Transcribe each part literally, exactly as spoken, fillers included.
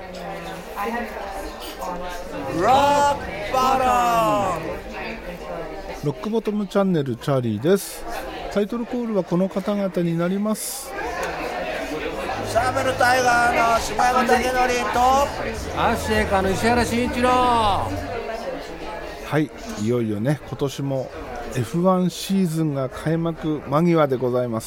ロックボトムロックボトムチャンネルチャーリーです。タイトルコールはこの方々になります。 シャーベルタイガーの柴山武則とアッシェイカーの石原慎一郎。 はい、いよいよね、今年も エフワン シーズンが開幕間際でございます。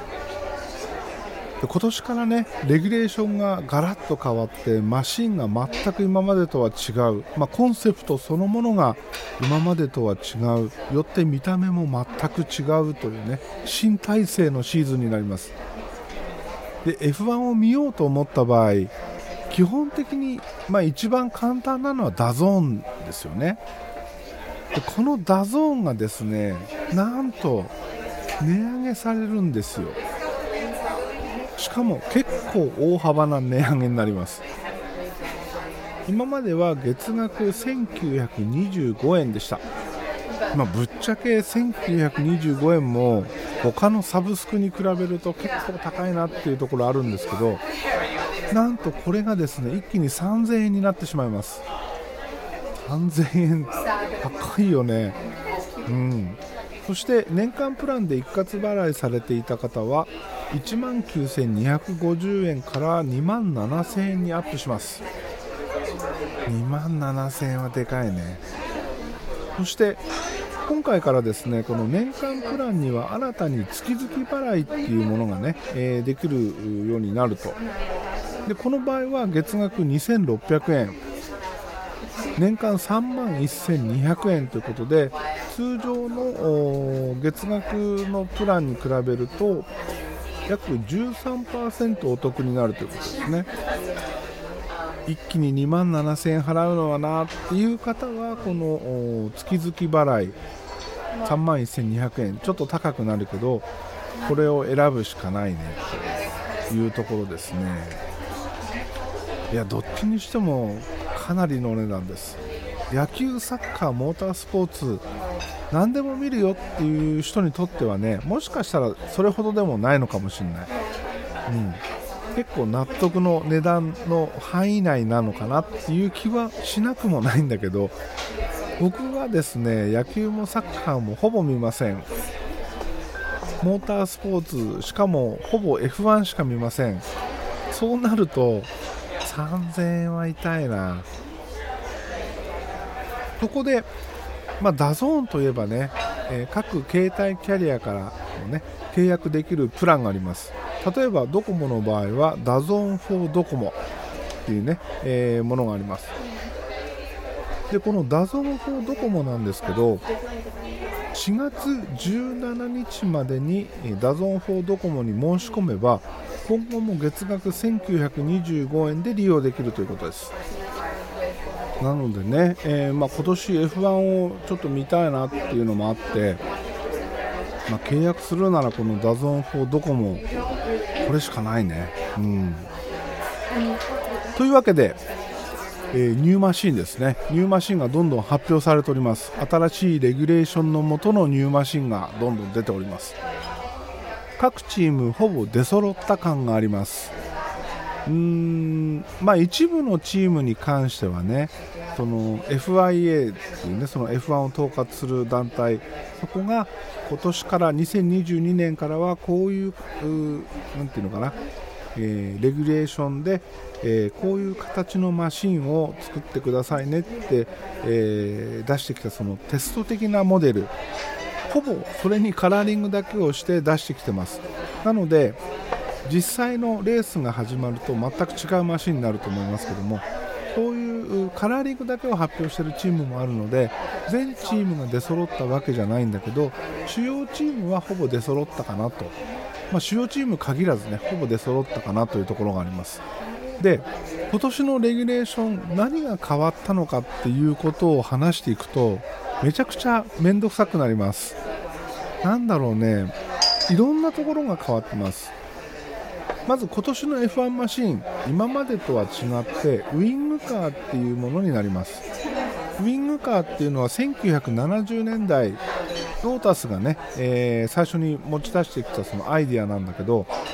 で今年からね、レギュレーションがガラッと変わって、マシンが全く今までとは違う、まあ、コンセプトそのものが今までとは違う、よって見た目も全く違うというね、新体制のシーズンになります。で エフワン を見ようと思った場合、基本的に、まあ、一番簡単なのはダゾーンですよね。でこのダゾーンがですね、なんと値上げされるんですよ。しかも結構大幅な値上げになります。今までは月額せんきゅうひゃくにじゅうごえんでした。まあ、ぶっちゃけせんきゅうひゃくにじゅうごえんも他のサブスクに比べると結構高いなっていうところあるんですけど、なんとこれがですね、一気にさんぜんえんになってしまいます。さんぜんえん高いよね。うん。そして年間プランで一括払いされていた方はいちまんきゅうせんにひゃくごじゅうえんからにまんななせんえんにアップします。にまんななせんえんはでかいね。そして今回からですね、この年間プランには新たに月々払いっていうものがね、えー、できるようになると。でこの場合は月額にせんろっぴゃくえん、年間さんまんせんにひゃくえんということで、通常の月額のプランに比べると約 じゅうさんパーセント お得になるということですね。一気ににまんななせんえん払うのはなっていう方は、この月々払いさんまんせんにひゃくえん、ちょっと高くなるけどこれを選ぶしかないねというところですね。いや、どっちにしてもかなりのお値段です。野球、サッカー、モータースポーツ、何でも見るよっていう人にとってはね、もしかしたらそれほどでもないのかもしれない、うん、結構納得の値段の範囲内なのかなっていう気はしなくもないんだけど、僕はですね、野球もサッカーもほぼ見ません。モータースポーツ、しかもほぼ エフワン しか見ません。そうなるとさんぜんえんは痛いな。そこで、まあ、ダゾーンといえばね、えー、各携帯キャリアからの、ね、契約できるプランがあります。例えばドコモの場合はダゾーンフォードコモっていうね、えー、ものがあります。でこのダゾーンフォードコモなんですけど、しがつじゅうしちにちまでにダゾーンフォードコモに申し込めば、今後も月額せんきゅうひゃくにじゅうごえんで利用できるということです。なのでね、えーまあ、今年 エフワン をちょっと見たいなっていうのもあって、まあ、契約するならこのダゾーンフォードコモこれしかないね、うん、というわけで、えー、ニューマシンですね。ニューマシンがどんどん発表されております。新しいレギュレーションの下のニューマシンがどんどん出ております。各チームほぼ出揃った感があります。うーん、まあ一部のチームに関してはね、その エフアイエー っていうね、その エフワン を統括する団体、そこが今年からにせんにじゅうにねんからはこういう、うなんていうのかな、えー、レギュレーションで、えー、こういう形のマシンを作ってくださいねって、えー、出してきたそのテスト的なモデル、ほぼそれにカラーリングだけをして出してきてます。なので実際のレースが始まると全く違うマシンになると思いますけども、そういうカラーリングだけを発表しているチームもあるので、全チームが出揃ったわけじゃないんだけど、主要チームはほぼ出揃ったかなと、まあ、主要チーム限らずね、ほぼ出揃ったかなというところがあります。で今年のレギュレーション、何が変わったのかっていうことを話していくとめちゃくちゃ面倒くさくなります。なんだろうね、いろんなところが変わってます。まず今年の エフワン マシン、今までとは違ってウィングカーっていうものになります。ウィングカーっていうのはせんきゅうひゃくななじゅうねんだいロータスがね、えー、最初に持ち出してきたそのアイディアなんだけど、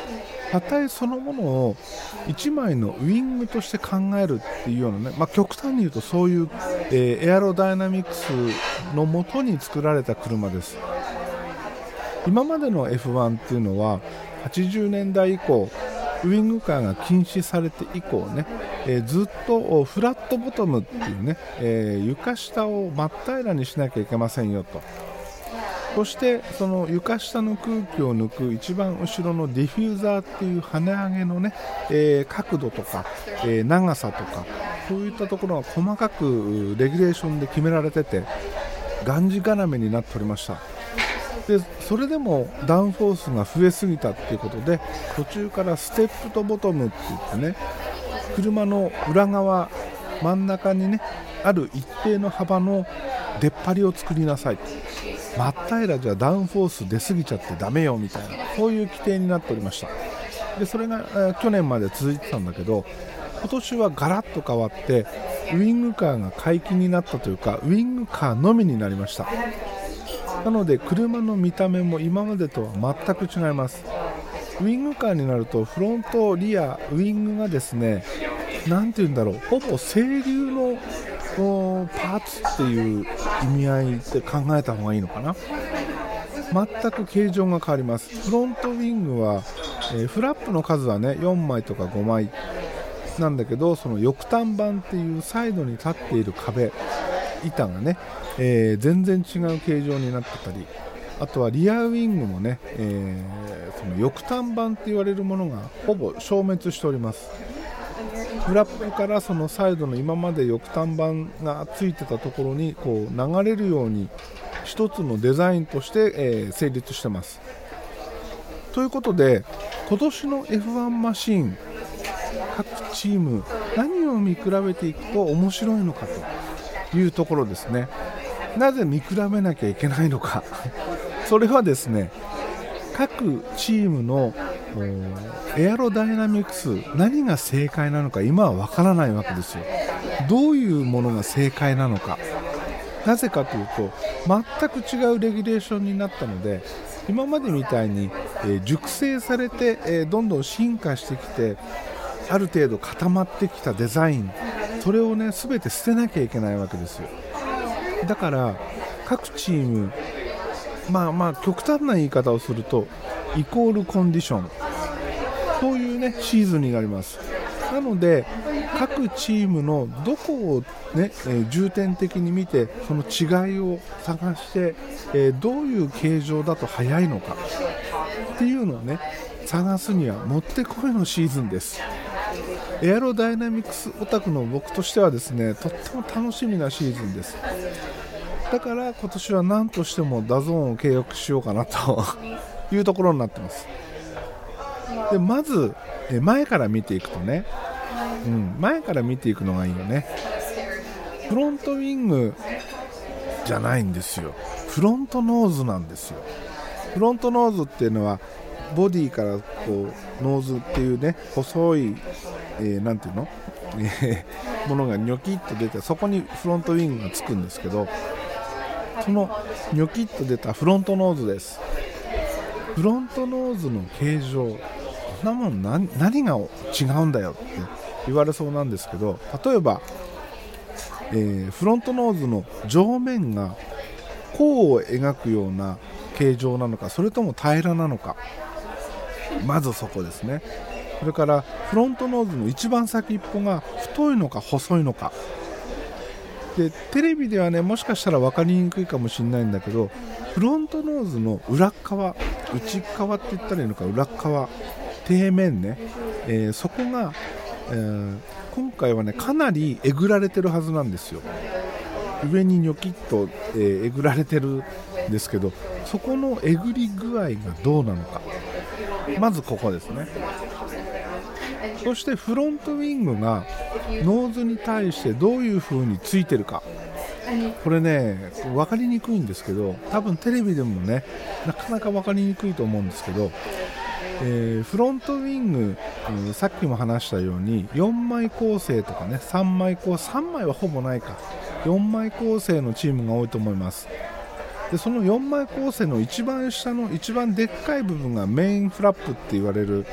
車体そのものをいちまいのウィングとして考えるっていうようなね、まあ、極端に言うとそういう、えー、エアロダイナミクスのもとに作られた車です。今までの エフワン っていうのははちじゅうねんだい以降ウィングカーが禁止されて以降ね、えー、ずっとフラットボトムっていうね、えー、床下を真っ平らにしなきゃいけませんよと。そしてその床下の空気を抜く一番後ろのディフューザーっていう跳ね上げのね、えー、角度とか、えー、長さとかそういったところが細かくレギュレーションで決められててがんじがらめになっておりました。でそれでもダウンフォースが増えすぎたっていうことで途中からステップとボトムって言ってね、車の裏側真ん中にねある一定の幅の出っ張りを作りなさい、真っ平らじゃダウンフォース出過ぎちゃってダメよみたいな、そういう規定になっておりました。でそれが、えー、去年まで続いてたんだけど、今年はガラッと変わってウィングカーが解禁になったというか、ウィングカーのみになりました。なので車の見た目も今までとは全く違います。ウィングカーになるとフロントリアウィングがですね、なんていうんだろう、ほぼ整流のパーツっていう意味合いで考えた方がいいのかな。全く形状が変わります。フロントウィングは、えー、フラップの数はねよんまいとかごまいなんだけど、その翼端板っていうサイドに立っている壁板がね、えー、全然違う形状になってたり、あとはリアウィングもね、えー、その翼端板って言われるものがほぼ消滅しております。フラップからそのサイドの今まで翼端板がついてたところにこう流れるように一つのデザインとして、えー、成立してます。ということで今年の エフワン マシン各チーム何を見比べていくと面白いのかというところですね。なぜ見比べなきゃいけないのかそれはですね、各チームのエアロダイナミクス何が正解なのか今はわからないわけですよ。どういうものが正解なのか、なぜかというと全く違うレギュレーションになったので、今までみたいに、えー、熟成されて、えー、どんどん進化してきてある程度固まってきたデザイン、それをね全て捨てなきゃいけないわけですよ。だから各チーム、まあまあ極端な言い方をするとイコールコンディション、そういうねシーズンになります。なので各チームのどこをね、えー、重点的に見てその違いを探して、えー、どういう形状だと速いのかっていうのをね探すにはもってこいのシーズンです。エアロダイナミクスオタクの僕としてはですね、とっても楽しみなシーズンです。だから今年は何としてもダゾーンを契約しようかなというところになってます。でまず前から見ていくとね、うん、前から見ていくのがいいよね。フロントウィングじゃないんですよ、フロントノーズなんですよ。フロントノーズっていうのはボディからこうノーズっていうね細い、えー、なんていうの、えー、ものがニョキッと出て、そこにフロントウィングがつくんですけど、そのニョキッと出たフロントノーズです。フロントノーズの形状、こんなもん 何, 何が違うんだよって言われそうなんですけど、例えば、えー、フロントノーズの上面が弧を描くような形状なのか、それとも平らなのか、まずそこですね。それからフロントノーズの一番先っぽが太いのか細いのかで、テレビではねもしかしたら分かりにくいかもしれないんだけど、フロントノーズの裏側、内側って言ったらいいのか、裏側、底面ね、えー、そこが、えー、今回はねかなりえぐられてるはずなんですよ。上にニョキッと、えー、えぐられてるんですけど、そこのえぐり具合がどうなのか、まずここですね。そしてフロントウィングがノーズに対してどういう風についてるか、これね分かりにくいんですけど、多分テレビでもねなかなか分かりにくいと思うんですけど、えー、フロントウィング、うん、さっきも話したようによんまい構成とかねさんまい構成、さんまいはほぼないか、よんまい構成のチームが多いと思います。でそのよんまい構成の一番下の一番でっかい部分がメインフラップって言われる、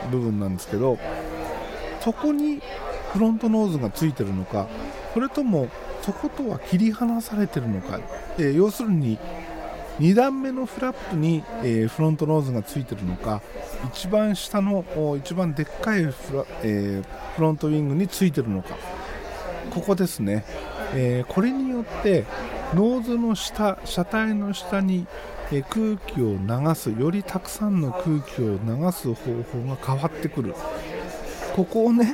部分なんですけど、そこにフロントノーズがついてるのか、それともそことは切り離されてるのか、えー、要するにに段目のフラップに、えー、フロントノーズがついてるのか、一番下の一番でっかいフラ、えー、フロントウィングについてるのか、ここですね、えー、これによってノーズの下、車体の下に、えー、空気を流す、よりたくさんの空気を流す方法が変わってくる。ここをね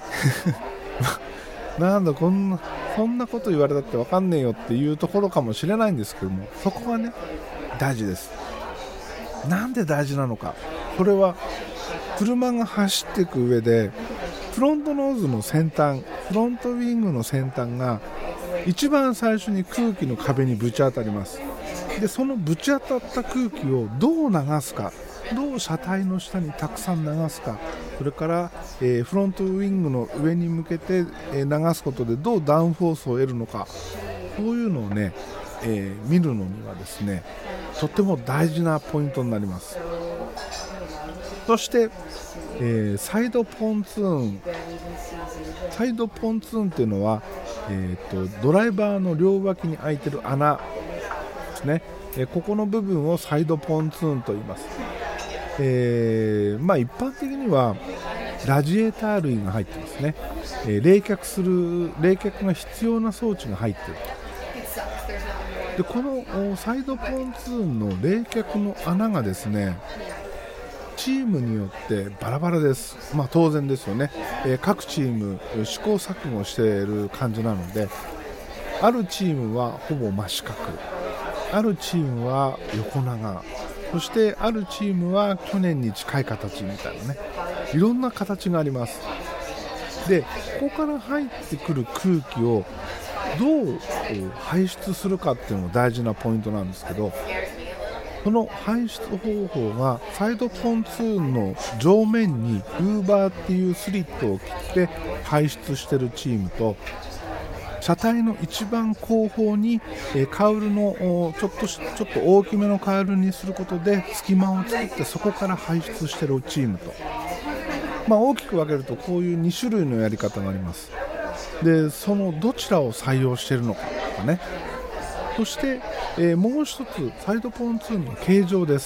なんだこんなそんなこと言われたって分かんねえよっていうところかもしれないんですけども、そこがね大事です。なんで大事なのか、それは車が走っていく上でフロントノーズの先端、フロントウィングの先端が一番最初に空気の壁にぶち当たります。でそのぶち当たった空気をどう流すか、どう車体の下にたくさん流すか、それから、えー、フロントウィングの上に向けて、えー、流すことでどうダウンフォースを得るのか、そういうのをね、えー、見るのにはですね、とっても大事なポイントになります。そして、えー、サイドポンツーンサイドポンツーンというのは、えー、とドライバーの両脇に開いている穴ですね、えー、ここの部分をサイドポンツーンと言います。えーまあ、一般的にはラジエーター類が入ってますね、えー、冷却する冷却が必要な装置が入っている。でこのサイドポンツーンの冷却の穴がですね、チームによってバラバラです。まあ当然ですよね、えー、各チーム試行錯誤している感じなので、あるチームはほぼ真四角、あるチームは横長、そしてあるチームは去年に近い形みたいなね、いろんな形があります。でここから入ってくる空気をどう排出するかっていうのが大事なポイントなんですけど、その排出方法がサイドポンツーンの上面にルーバーっていうスリットを切って排出しているチームと、車体の一番後方に、えー、カウルのちょっとちょっと大きめのカウルにすることで隙間を作ってそこから排出しているチームと、まあ、大きく分けるとこういうに種類のやり方があります。でそのどちらを採用しているのかとかね、そして、えー、もう一つサイドポンツーンの形状です。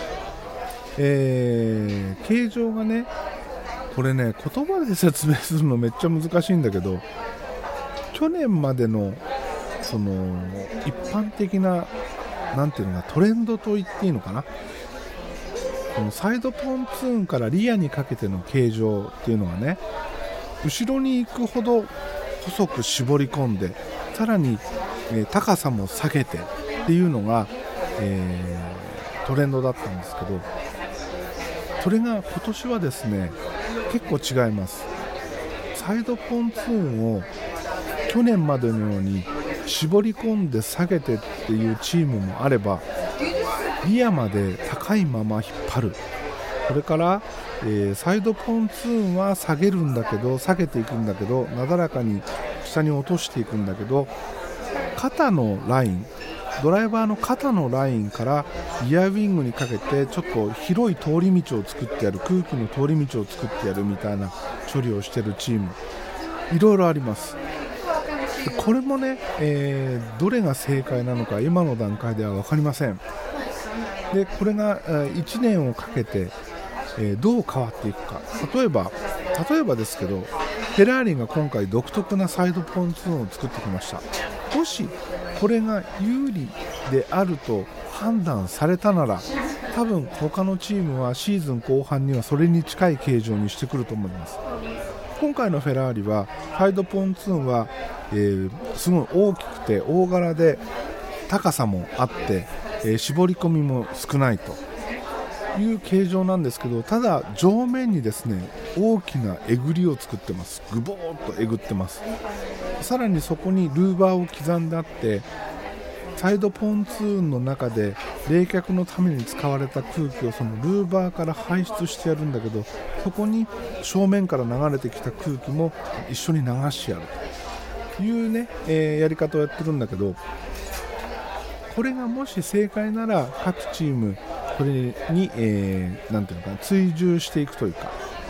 えー、形状がね、これね言葉で説明するのめっちゃ難しいんだけど、去年までのその一般的ななんていうのかトレンドと言っていいのかな、このサイドポンツーンからリアにかけての形状っていうのはね、後ろに行くほど細く絞り込んで、さらに、えー、高さも下げてっていうのが、えー、トレンドだったんですけど、それが今年はですね結構違います。サイドポンツーンを去年までのように絞り込んで下げてっていうチームもあれば、リアまで高いまま引っ張る、それから、えー、サイドポンツーンは下げるんだけど下げていくんだけどなだらかに下に落としていくんだけど、肩のライン、ドライバーの肩のラインからリアウィングにかけてちょっと広い通り道を作ってやる、空気の通り道を作ってやるみたいな処理をしているチームいろいろあります。これもね、えー、どれが正解なのか今の段階では分かりません。でこれがいちねんをかけて、えー、どう変わっていくか。例えば例えばですけど、フェラーリが今回独特なサイドポンツーンを作ってきました。もしこれが有利であると判断されたなら、多分他のチームはシーズン後半にはそれに近い形状にしてくると思います。今回のフェラーリはサイドポンツーンは、えー、すごい大きくて大柄で高さもあって、えー、絞り込みも少ないという形状なんですけど、ただ上面にですね大きなえぐりを作ってます。ぐぼーっとえぐってます。さらにそこにルーバーを刻んであって、サイドポンツーンの中で冷却のために使われた空気をそのルーバーから排出してやるんだけど、そこに正面から流れてきた空気も一緒に流してやるというね、えー、やり方をやってるんだけど、これがもし正解なら各チームこれに、えー、なんていうのかな追従していくというか、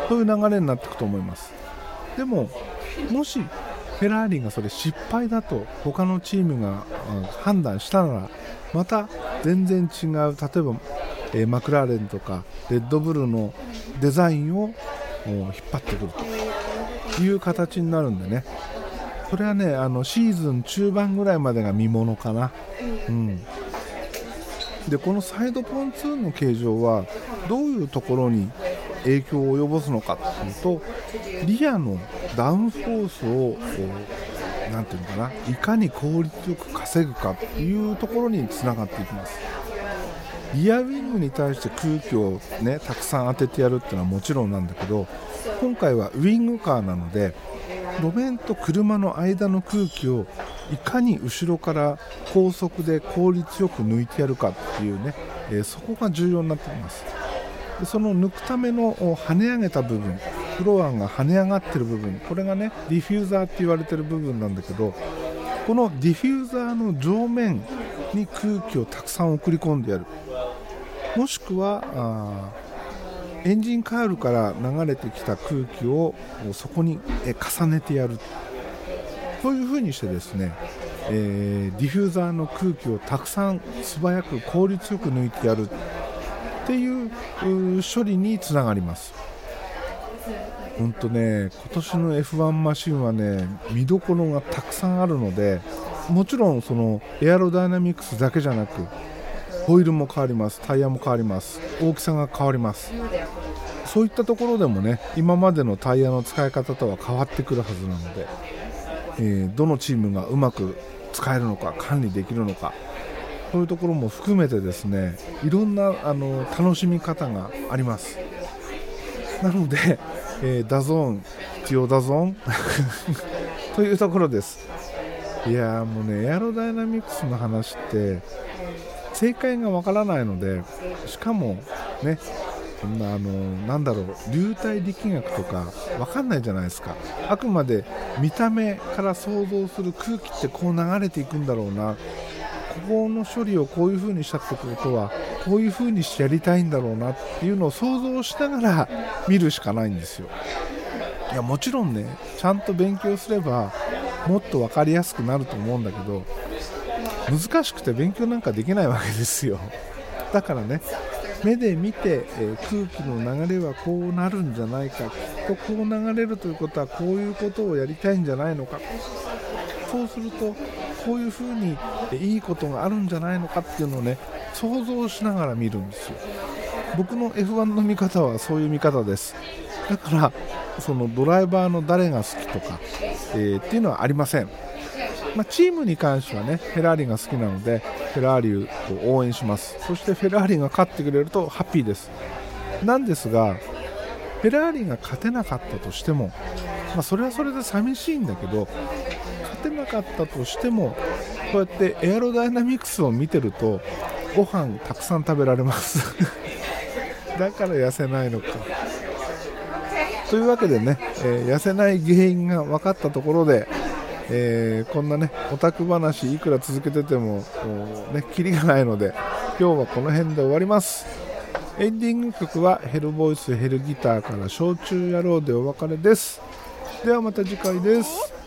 そういう流れになっていくと思います。でももしフェラーリがそれ失敗だと他のチームが判断したなら、また全然違う、例えば、えー、マクラーレンとかレッドブルのデザインを引っ張ってくるという形になるんでね、それはね、あのシーズン中盤ぐらいまでが見ものかな。うん、でこのサイドポンツーンの形状はどういうところに影響を及ぼすのかというと、リアのダウンフォースをなんていうのかな、いかに効率よく稼ぐかというところにつながっていきます。リアウィングに対して空気を、ね、たくさん当ててやるっていうのはもちろんなんだけど、今回はウィングカーなので路面と車の間の空気をいかに後ろから高速で効率よく抜いてやるかっていうね、えー、そこが重要になってきます。でその抜くための跳ね上げた部分、フロアが跳ね上がってる部分、これがねディフューザーって言われてる部分なんだけど、このディフューザーの上面に空気をたくさん送り込んでやる、もしくはあエンジンカールから流れてきた空気をそこに重ねてやる、そういう風にしてですね、えー、ディフューザーの空気をたくさん素早く効率よく抜いてやるっていう処理につながります。本当ね、今年の エフワン マシンはね、見どころがたくさんあるので、もちろんそのエアロダイナミクスだけじゃなくホイールも変わります、タイヤも変わります、大きさが変わります。そういったところでもね、今までのタイヤの使い方とは変わってくるはずなので、えー、どのチームがうまく使えるのか、管理できるのか、そういうところも含めてですね、いろんなあの楽しみ方があります。なので、えー、ダゾーン必要ダゾーンというところです。いやーもうね、エアロダイナミクスの話って正解がわからないので、しかもね、そんなあのなんだろう、流体力学とかわかんないじゃないですか。あくまで見た目から想像する空気ってこう流れていくんだろうな、ここの処理をこういう風にしたってことはこういう風にしてやりたいんだろうなっていうのを想像しながら見るしかないんですよ。いやもちろんね、ちゃんと勉強すればもっと分かりやすくなると思うんだけど、難しくて勉強なんかできないわけですよ。だからね、目で見て、えー、空気の流れはこうなるんじゃないか、きっとこう流れるということはこういうことをやりたいんじゃないのか、そうするとこういうふうにいいことがあるんじゃないのかっていうのをね、想像しながら見るんですよ。僕の エフワン の見方はそういう見方です。だからそのドライバーの誰が好きとか、えー、っていうのはありません。まあ、チームに関してはね、フェラーリが好きなのでフェラーリを応援します。そしてフェラーリが勝ってくれるとハッピーです。なんですが、フェラーリが勝てなかったとしても、まあ、それはそれで寂しいんだけど、勝てなかったとしてもこうやってエアロダイナミクスを見てるとご飯たくさん食べられますだから痩せないのかというわけでね、えー、痩せない原因が分かったところで、えー、こんなねオタク話いくら続けてても、ね、キリがないので今日はこの辺で終わります。エンディング曲はヘルボイスヘルギターから焼酎野郎でお別れです。ではまた次回です。